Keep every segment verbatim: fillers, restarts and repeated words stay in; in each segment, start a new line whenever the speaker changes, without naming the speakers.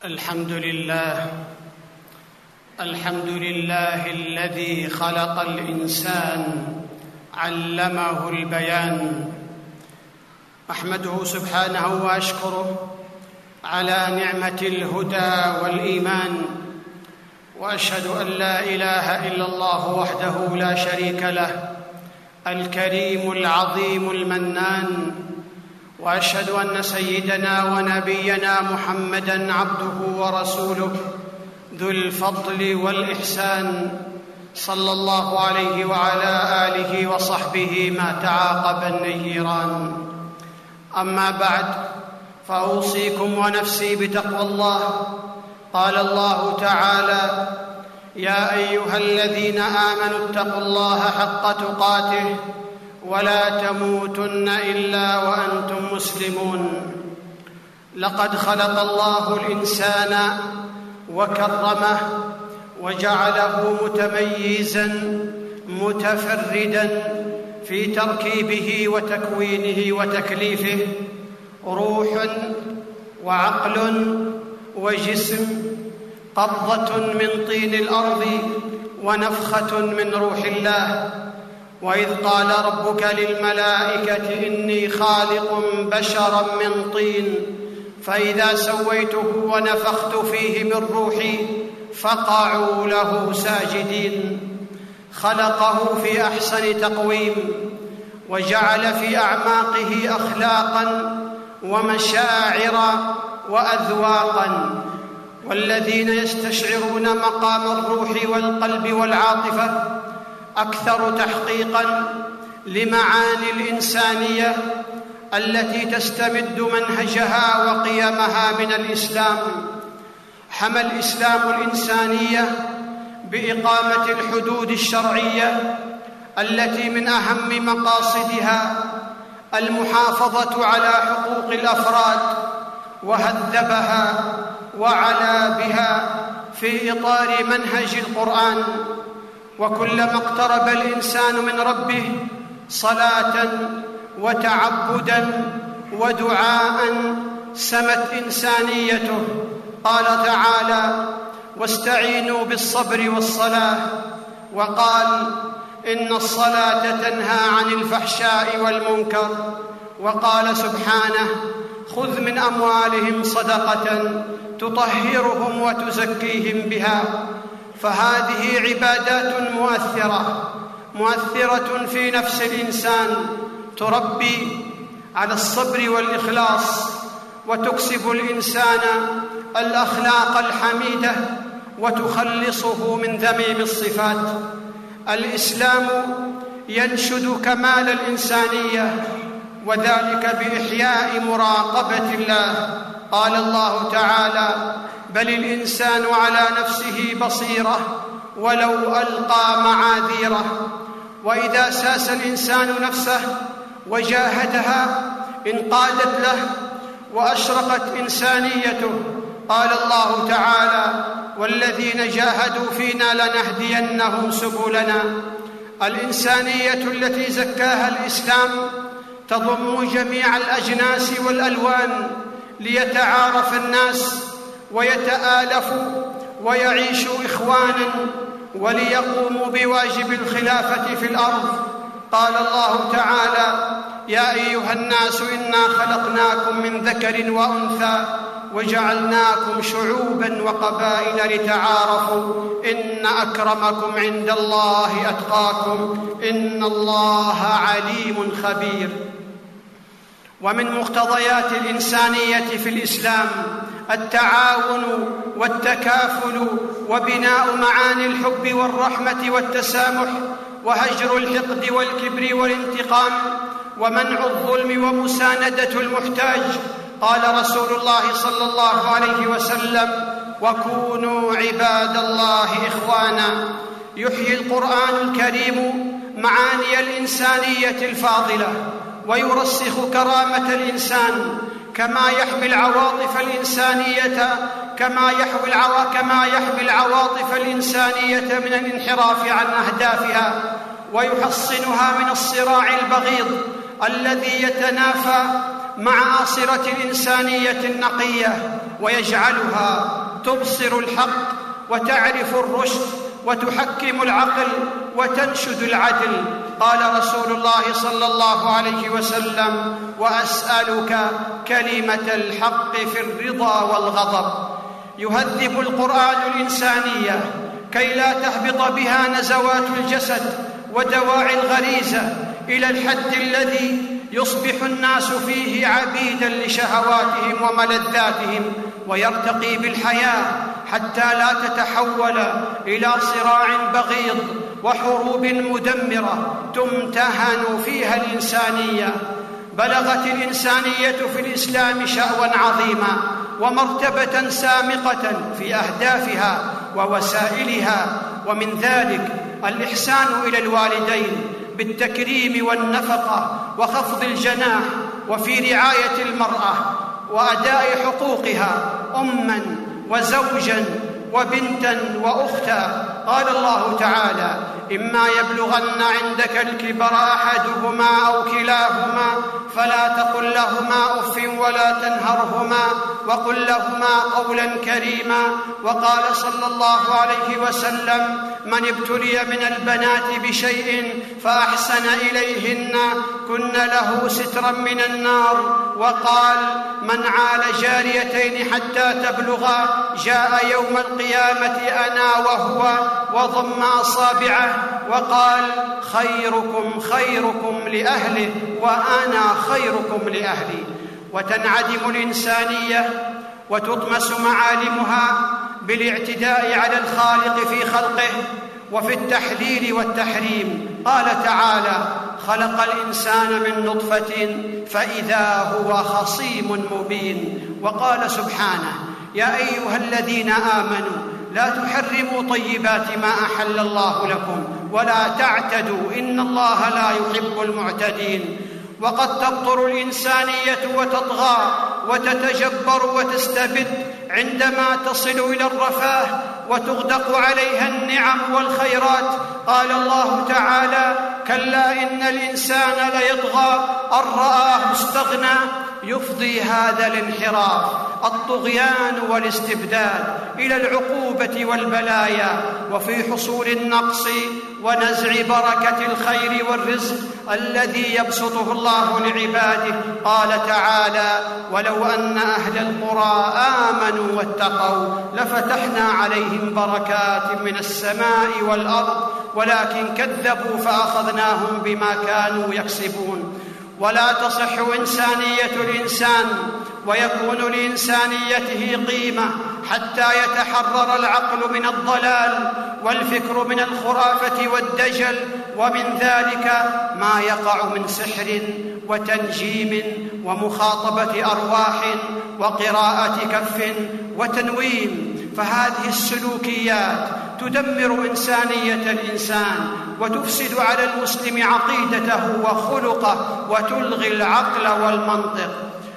الحمد لله الحمد لله الذي خلق الإنسان علمه البيان. أحمده سبحانه وأشكره على نعمة الهدى والإيمان، وأشهد أن لا إله إلا الله وحده لا شريك له الكريم العظيم المنان، وأشهد أن سيدنا ونبينا محمدًا عبده ورسوله ذو الفضل والإحسان، صلى الله عليه وعلى آله وصحبه ما تعاقب النيران. أما بعد، فأوصيكم ونفسي بتقوى الله. قال الله تعالى: يا أيها الذين آمنوا اتقوا الله حق تقاته ولا تموتن إلا وأنتم مسلمون. لقد خلق الله الإنسان وكرمه وجعله متميزاً متفرداً في تركيبه وتكوينه وتكليفه، روح وعقل وجسم، قبضة من طين الأرض ونفخة من روح الله. وإذ قال ربك للملائكة إني خالق بشرا من طين فإذا سويته ونفخت فيه من روحي فقعوا له ساجدين. خلقه في أحسن تقويم، وجعل في أعماقه أخلاقا ومشاعر وأذواقا، والذين يستشعرون مقام الروح والقلب والعاطفة أكثر تحقيقاً لمعاني الإنسانية التي تستمد منهجها وقيمها من الإسلام. حمى الإسلام الإنسانية بإقامة الحدود الشرعية التي من أهم مقاصدها المحافظة على حقوق الأفراد، وهذبها وعلا بها في إطار منهج القرآن. وكلما اقترب الإنسان من ربه صلاة وتعبداً ودعاءً سمت إنسانيته. قال تعالى: واستعينوا بالصبر والصلاة. وقال: إن الصلاة تنهى عن الفحشاء والمنكر. وقال سبحانه: خذ من أموالهم صدقة تطهرهم وتزكيهم بها. فهذه عبادات مؤثرة مؤثرة في نفس الإنسان، تربي على الصبر والإخلاص، وتكسب الإنسان الأخلاق الحميدة، وتخلصه من ذميم الصفات. الإسلام ينشد كمال الإنسانية، وذلك بإحياء مراقبة الله. قال الله تعالى: بل الإنسان على نفسه بصيرة ولو ألقى معاذيره. وإذا ساس الإنسان نفسه وجاهدها انقادت له وأشرقت إنسانيته. قال الله تعالى: والذين جاهدوا فينا لنهدينهم سبلنا. الإنسانية التي زكاها الإسلام تضم جميع الأجناس والألوان ليتعارف الناس ويتآلفوا ويعيشوا إخواناً، وليقوموا بواجب الخلافة في الأرض. قال الله تعالى: يا أيها الناس إنا خلقناكم من ذكر وأنثى وجعلناكم شعوباً وقبائل لتعارفوا إن أكرمكم عند الله أتقاكم إن الله عليم خبير. ومن مقتضيات الإنسانية في الإسلام التعاون والتكافل، وبناء معاني الحب والرحمة والتسامح، وهجر الحقد والكبر والانتقام، ومنع الظلم ومساندة المحتاج. قال رسول الله صلى الله عليه وسلم: وكونوا عباد الله إخوانا. يحيي القرآن الكريم معاني الإنسانية الفاضلة، ويرسخ كرامة الإنسان، كما يحمي العواطف الإنسانية كما يحوي العوا... كما يحمي العواطف الإنسانية من الانحراف عن أهدافها، ويحصنها من الصراع البغيض الذي يتنافى مع آصرة الإنسانية النقية. ويجعلها تبصر الحق وتعرف الرشد وتحكم العقل وتنشد العدل. قال رسول الله صلى الله عليه وسلم: وأسألك كلمة الحق في الرضا والغضب. يهذب القرآن الإنسانية كي لا تهبط بها نزوات الجسد ودواعي الغريزة إلى الحد الذي يصبح الناس فيه عبيداً لشهواتهم وملذاتهم، ويرتقي بالحياة حتى لا تتحول إلى صراع بغيض وحروب مدمرة تمتهن فيها الإنسانية. بلغت الإنسانية في الإسلام شأواً عظيماً ومرتبة سامقة في أهدافها ووسائلها، ومن ذلك الإحسان إلى الوالدين بالتكريم والنفقة وخفض الجناح، وفي رعاية المرأة وأداء حقوقها أماً وزوجاً وبنتاً وأختا. قال الله تعالى: إما يبلغن عندك الكبر أحدهما أو كلاهما فلا تقل لهما أف ولا تنهرهما وقل لهما قولا كريما. وقال صلى الله عليه وسلم: من ابتلي من البنات بشيء فأحسن إليهن كن له سترا من النار. وقال: من عال جاريتين حتى تبلغا جاء يوم القيامة أنا وهو وضم أصابعه وقال: خيركم خيركم لأهله وأنا خيركم لأهلي. وتنعدم الإنسانية وتطمس معالمها بالاعتداء على الخالق في خلقه وفي التحليل والتحريم. قال تعالى: خلق الإنسان من نطفة فإذا هو خصيم مبين. وقال سبحانه: يا أيها الذين آمنوا لا تحرموا طيبات ما أحل الله لكم ولا تعتدوا إن الله لا يحب المعتدين. وقد تبطر الإنسانية وتطغى وتتجبر وتستبد عندما تصل إلى الرفاه وتغدق عليها النعم والخيرات. قال الله تعالى: كلا إن الإنسان ليطغى أن رآه استغنى. يفضي هذا الانحراف الطغيان والاستبداد إلى العقوبة والبلايا وفي حصول النقص ونزع بركة الخير والرزق الذي يبسطه الله لعباده. قال تعالى: ولو أن أهل القرى آمنوا واتقوا لفتحنا عليهم بركات من السماء والأرض ولكن كذبوا فأخذناهم بما كانوا يكسبون. ولا تصح إنسانية الإنسان ويكون لإنسانيته قيمة حتى يتحرر العقل من الضلال والفكر من الخرافة والدجل، ومن ذلك ما يقع من سحر وتنجيم ومخاطبة أرواح وقراءة كف وتنويم. فهذه السلوكيات تدمر إنسانية الإنسان وتفسد على المسلم عقيدته وخلقه وتلغي العقل والمنطق.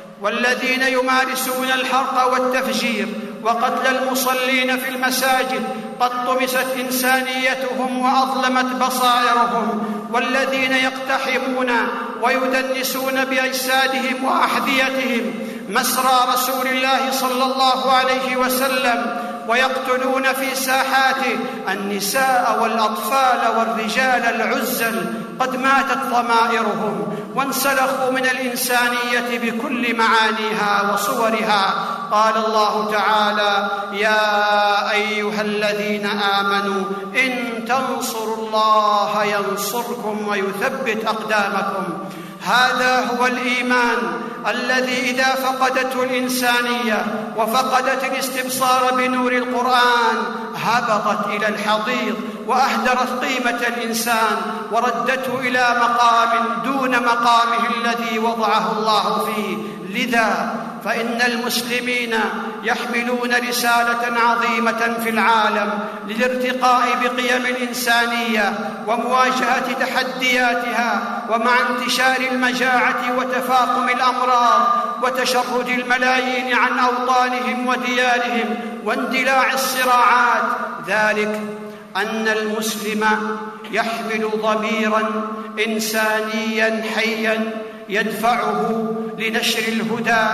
والذين يمارسون الحرق والتفجير وقتل المصلين في المساجد قد طمست إنسانيتهم وأظلمت بصائرهم. والذين يقتحمون ويدنسون بأجسادهم وأحذيتهم مسرى رسول الله صلى الله عليه وسلم ويقتلون في ساحاته النساء والأطفال والرجال العزل قد ماتت ضمائرهم وانسلخوا من الإنسانية بكل معانيها وصورها. قال الله تعالى: يا أيها الذين آمنوا إن تنصروا الله ينصركم ويثبت أقدامكم. هذا هو الإيمان الذي إذا فقدته الإنسانية وفقدت الاستبصار بنور القرآن هبطت إلى الحضيض وأهدرت قيمة الإنسان وردته إلى مقام دون مقامه الذي وضعه الله فيه. لذا فإن المسلمين يحملون رسالة عظيمة في العالم للارتقاء بقيم الإنسانية ومواجهة تحدياتها، ومع انتشار المجاعة وتفاقم الأمراض وتشرد الملايين عن أوطانهم وديارهم واندلاع الصراعات، ذلك أن المسلم يحمل ضميراً إنسانياً حياً يدفعه لنشر الهدى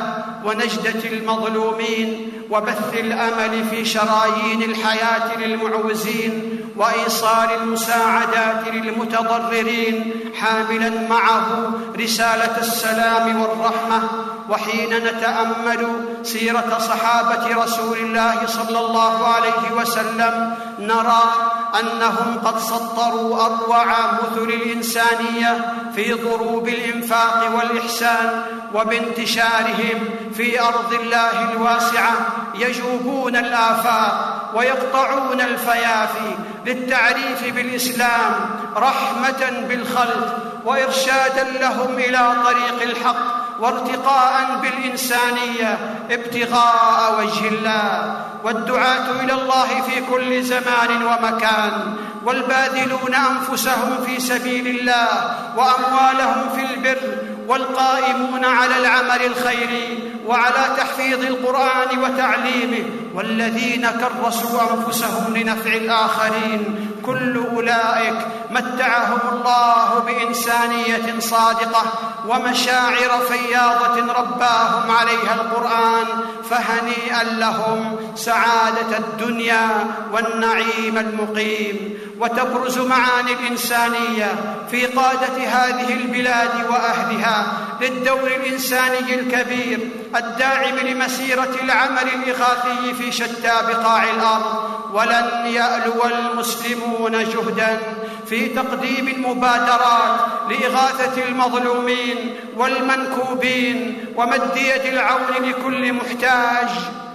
ونجدة المظلومين، وبث الأمل في شرايين الحياة للمعوزين، وإيصال المساعدات للمتضررين، حاملاً معه رسالة السلام والرحمة. وحين نتأمل سيرة صحابة رسول الله صلى الله عليه وسلم نرى أنهم قد سطروا أروع مثل الإنسانية في ضروب الإنفاق والإحسان، وبانتشارهم في أرض الله الواسعة يجوبون الآفاق ويقطعون الفيافي للتعريف بالإسلام رحمة بالخلق وإرشادا لهم إلى طريق الحق، وارتقاء بالإنسانية ابتغاء وجه الله. والدعاة إلى الله في كل زمان ومكان، والباذلون أنفسهم في سبيل الله وأموالهم في البر، والقائمون على العمل الخيري وعلى تحفيظ القرآن وتعليمه، والذين كرسوا أنفسهم لنفع الآخرين، كل أولئك متعهم الله بإنسانية صادقة ومشاعر فياضة رباهم عليها القرآن، فهنيئا لهم سعادة الدنيا والنعيم المقيم. وتبرز معاني الإنسانية في قادة هذه البلاد وأهلها للدور الإنساني الكبير الداعم لمسيرة العمل الإغاثي في شتى بقاع الأرض. ولن يألو المسلمون جهداً في تقديم المبادرات لإغاثة المظلومين والمنكوبين ومد يد العون لكل محتاج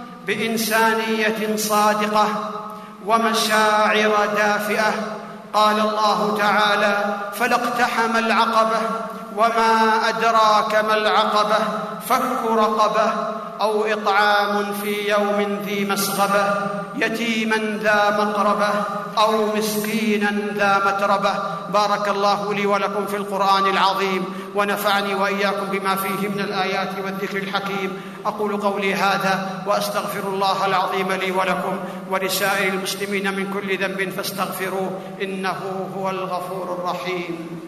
بإنسانية صادقة ومشاعر دافئة. قال الله تعالى: فلا اقتحم العقبة وما أدراك ما العقبة فك رقبة أو إطعام في يوم ذي مسغبة يتيما ذا مقربة أو مسكينا ذا متربة. بارك الله لي ولكم في القرآن العظيم، ونفعني وإياكم بما فيه من الآيات والذكر الحكيم. أقول قولي هذا وأستغفر الله العظيم لي ولكم ولسائر المسلمين من كل ذنب فاستغفروه إنه هو الغفور الرحيم.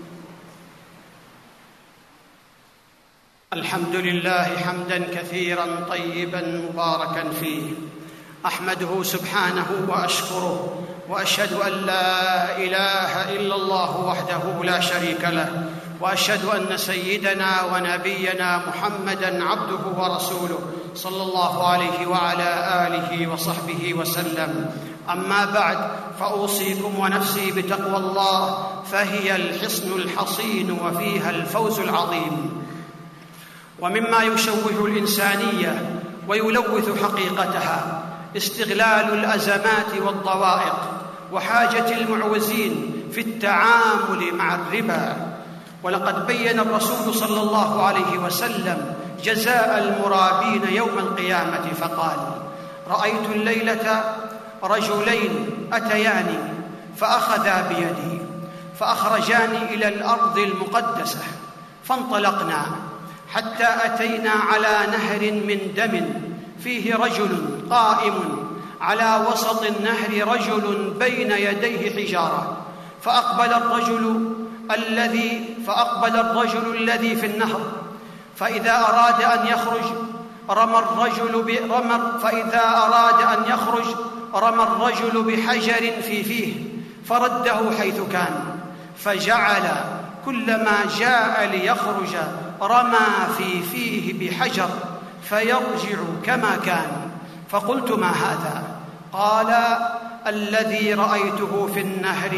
الحمد لله حمداً كثيراً طيباً مباركاً فيه، أحمده سبحانه وأشكره، وأشهد أن لا إله إلا الله وحده لا شريك له، وأشهد أن سيدنا ونبينا محمداً عبده ورسوله صلى الله عليه وعلى آله وصحبه وسلم. أما بعد، فأوصيكم ونفسي بتقوى الله، فهي الحصن الحصين وفيها الفوز العظيم. ومما يشوه الإنسانية ويلوث حقيقتها استغلال الأزمات والضوائق وحاجة المعوزين في التعامل مع الربا. ولقد بين الرسول صلى الله عليه وسلم جزاء المرابين يوم القيامة فقال: رأيت الليلة رجلين أتياني فأخذا بيدي فأخرجاني إلى الأرض المقدسة، فانطلقنا حتى أتينا على نهر من دم فيه رجل قائم، على وسط النهر رجل بين يديه حجارة، فأقبل الرجل الذي فأقبل الرجل الذي في النهر، فإذا أراد أن يخرج رمى الرجل برمى فإذا أراد أن يخرج رمى الرجل بحجر في فيه فرده حيث كان، فجعل كلما جاء ليخرج رمى في فيه بحجر فيرجع كما كان. فقلت: ما هذا؟ قال: الذي رأيته في النهر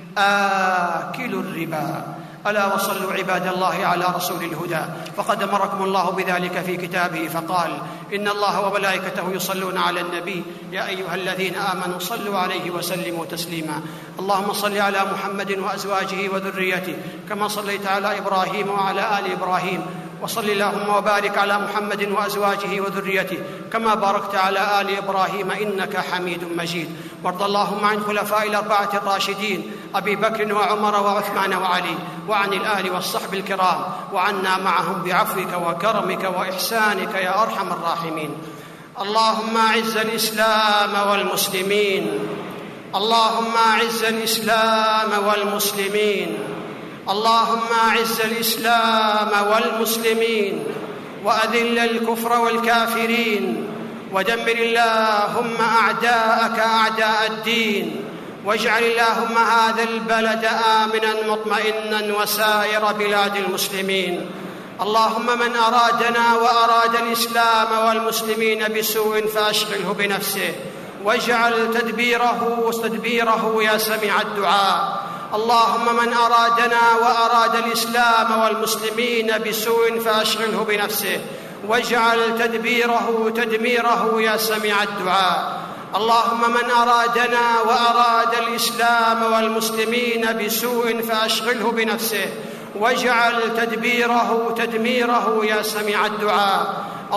آكل الربا. ألا وصلوا عباد الله على رسول الهدى، فقد أمركم الله بذلك في كتابه فقال: إن الله وملائكته يصلون على النبي يا أيها الذين آمنوا صلوا عليه وسلموا تسليما. اللهم صل على محمد وأزواجه وذريته كما صليت على إبراهيم وعلى آل إبراهيم، وصل اللهم وبارك على محمد وأزواجه وذريته كما باركت على آل إبراهيم إنك حميد مجيد. وارض اللهم عن خلفاء الأربعة الراشدين أبي بكر وعمر وعثمان وعلي، وعن الآل والصحب الكرام، وعنا معهم بعفوك وكرمك وإحسانك يا أرحم الراحمين. اللهم أعز الإسلام والمسلمين، اللهم أعز الإسلام والمسلمين، اللهم أعز الإسلام والمسلمين، وأذل الكفر والكافرين، ودمر اللهم أعداءك أعداء الدين، واجعل اللهم هذا البلد آمناً مطمئناً وسائر بلاد المسلمين. اللهم من أرادنا وأراد الإسلام والمسلمين بسوء فأشغله بنفسه، واجعل تدبيره تدبيره يا سميع الدعاء. اللهم من أرادنا وأراد الإسلام والمسلمين بسوء فأشغله بنفسه، واجعل تدبيره تدميره يا سميع الدعاء. اللهم من أرادنا وأراد الإسلام والمسلمين بسوء فأشغله بنفسه، واجعل تدبيره تدميره يا سميع الدعاء.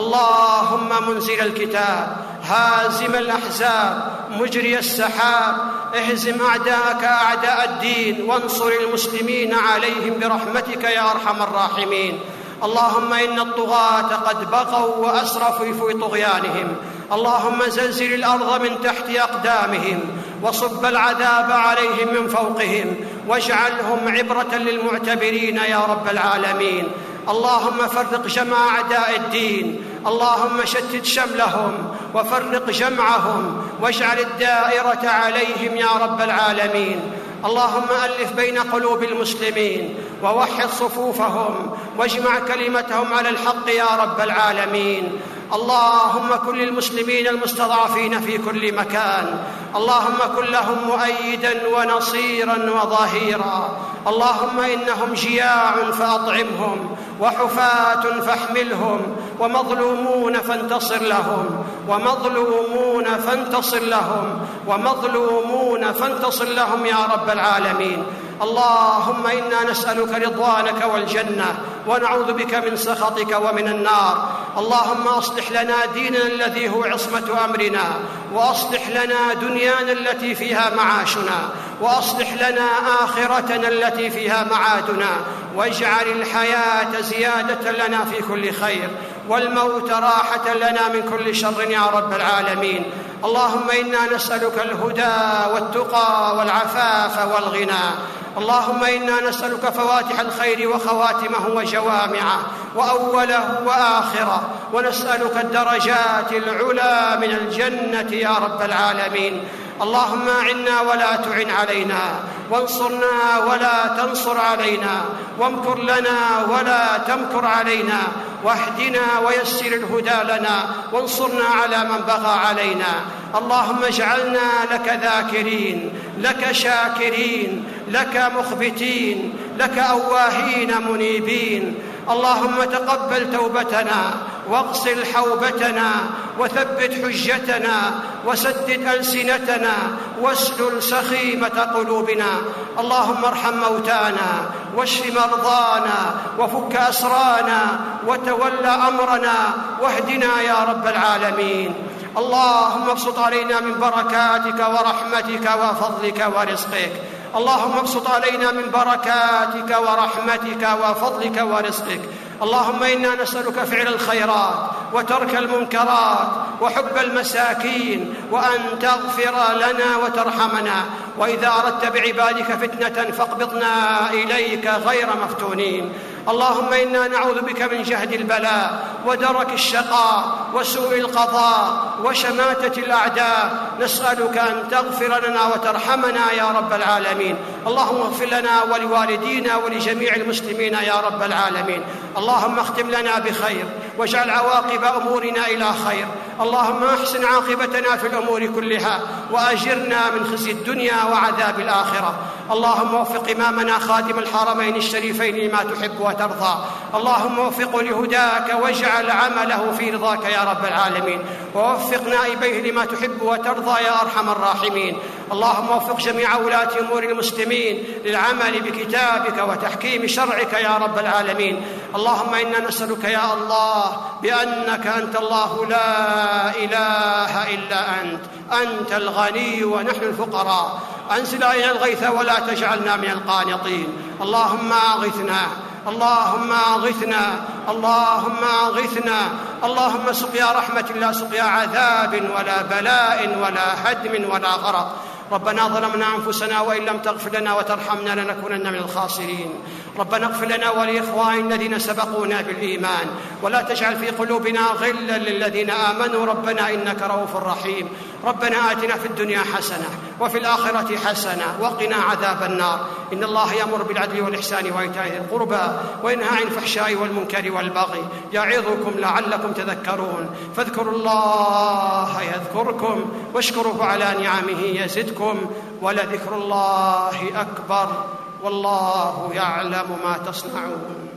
اللهم منزل الكتاب، هازم الأحزاب، مجري السحاب، اهزم أعداءك أعداء الدين، وانصر المسلمين عليهم برحمتك يا أرحم الراحمين. اللهم إن الطغاة قد بغوا وأسرفوا في طغيانهم، اللهم زلزل الأرض من تحت أقدامهم، وصب العذاب عليهم من فوقهم، واجعلهم عبرة للمعتبرين يا رب العالمين. اللهم فرق جمع أعداء الدين، اللهم شتت شملهم وفرق جمعهم، واجعل الدائرة عليهم يا رب العالمين. اللهم ألف بين قلوب المسلمين ووحد صفوفهم، واجمع كلمتهم على الحق يا رب العالمين. اللهم كن للمسلمين المستضعفين في كل مكان، اللهم كن لهم مؤيداً ونصيراً وظهيراً. اللهم إنهم جياع فأطعمهم، وحفاة فاحملهم، ومظلومون فانتصر لهم، ومظلومون فانتصر لهم، ومظلومون فانتصر لهم يا رب العالمين. اللهم إنا نسألك رضوانك والجنة، ونعوذ بك من سخطك ومن النار. اللهم أصلح لنا ديننا الذي هو عصمة أمرنا، وأصلح لنا دنيانا التي فيها معاشنا، وأصلح لنا آخرتنا التي فيها معادنا، واجعل الحياة زيادة لنا في كل خير، والموت راحة لنا من كل شر يا رب العالمين. اللهم إنا نسألك الهدى والتقى والعفاف والغنى. اللهم إنا نسألك فواتح الخير وخواتمه وجوامعه وأوله وآخره، ونسألك الدرجات العلى من الجنة يا رب العالمين. اللهم أعنا ولا تعن علينا، وانصرنا ولا تنصر علينا، وامكر لنا ولا تمكر علينا، واهدنا ويسر الهدى لنا، وانصرنا على من بغى علينا. اللهم اجعلنا لك ذاكرين، لك شاكرين، لك مخبتين، لك أواهين منيبين. اللهم تقبل توبتنا، واغسل حوبتنا، وثبت حجتنا، وسدد ألسنتنا، واسلل سخيمة قلوبنا. اللهم ارحم موتانا، واشف مرضانا، وفك أسرانا، وتولى أمرنا، واهدنا يا رب العالمين. اللهم ابسط علينا من بركاتك ورحمتك وفضلك ورزقك. اللهم ابسط علينا من بركاتك ورحمتك وفضلك ورزقك. اللهم إنا نسألك فعل الخيرات، وترك المنكرات، وحب المساكين، وأن تغفر لنا وترحمنا، وإذا أردت بعبادك فتنة فاقبضنا إليك غير مفتونين. اللهم إنا نعوذ بك من جهد البلاء، ودرك الشقاء، وسوء القضاء، وشماتة الأعداء. نسألك أن تغفر لنا وترحمنا يا رب العالمين. اللهم اغفر لنا ولوالدينا ولجميع المسلمين يا رب العالمين. اللهم اختم لنا بخير، واجعل عواقب أمورنا إلى خير. اللهم احسن عاقبتنا في الأمور كلها، وأجرنا من خزي الدنيا وعذاب الآخرة. اللهم وفق إمامنا خادم الحرمين الشريفين لما تحب وترضى. اللهم وفقه لهداك، واجعل عمله في رضاك يا رب العالمين. ووفق نائبيه لما تحب وترضى يا أرحم الراحمين. اللهم وفق جميع ولاة أمور المسلمين للعمل بكتابك وتحكيم شرعك يا رب العالمين. اللهم إنا نسألك يا الله بأنك أنت الله لا إله إلا أنت، أنت الغني ونحن الفقراء، أنزل علينا الغيث ولا تجعلنا من القانطين. اللهم أغثنا، اللهم أغثنا، اللهم أغثنا. اللهم سقيا رحمة لا سقيا عذاب ولا بلاء ولا هدم ولا غرق. ربنا ظلمنا أنفسنا وإن لم تغفر لنا وترحمنا لنكونن من الخاسرين. ربنا اغفر لنا ولإخواننا الذين سبقونا بالإيمان ولا تجعل في قلوبنا غلا للذين آمنوا ربنا إنك رؤوف رحيم. ربنا آتنا في الدنيا حسنة وفي الآخرة حسنة وقنا عذاب النار. إن الله يأمر بالعدل والإحسان وإيتاء ذي القربى وينهى عن الفحشاء والمنكر والبغي يعظكم لعلكم تذكرون. فاذكروا الله يذكركم واشكروه على نعمه يزدكم ولذكر الله أكبر والله يعلم ما تصنعون.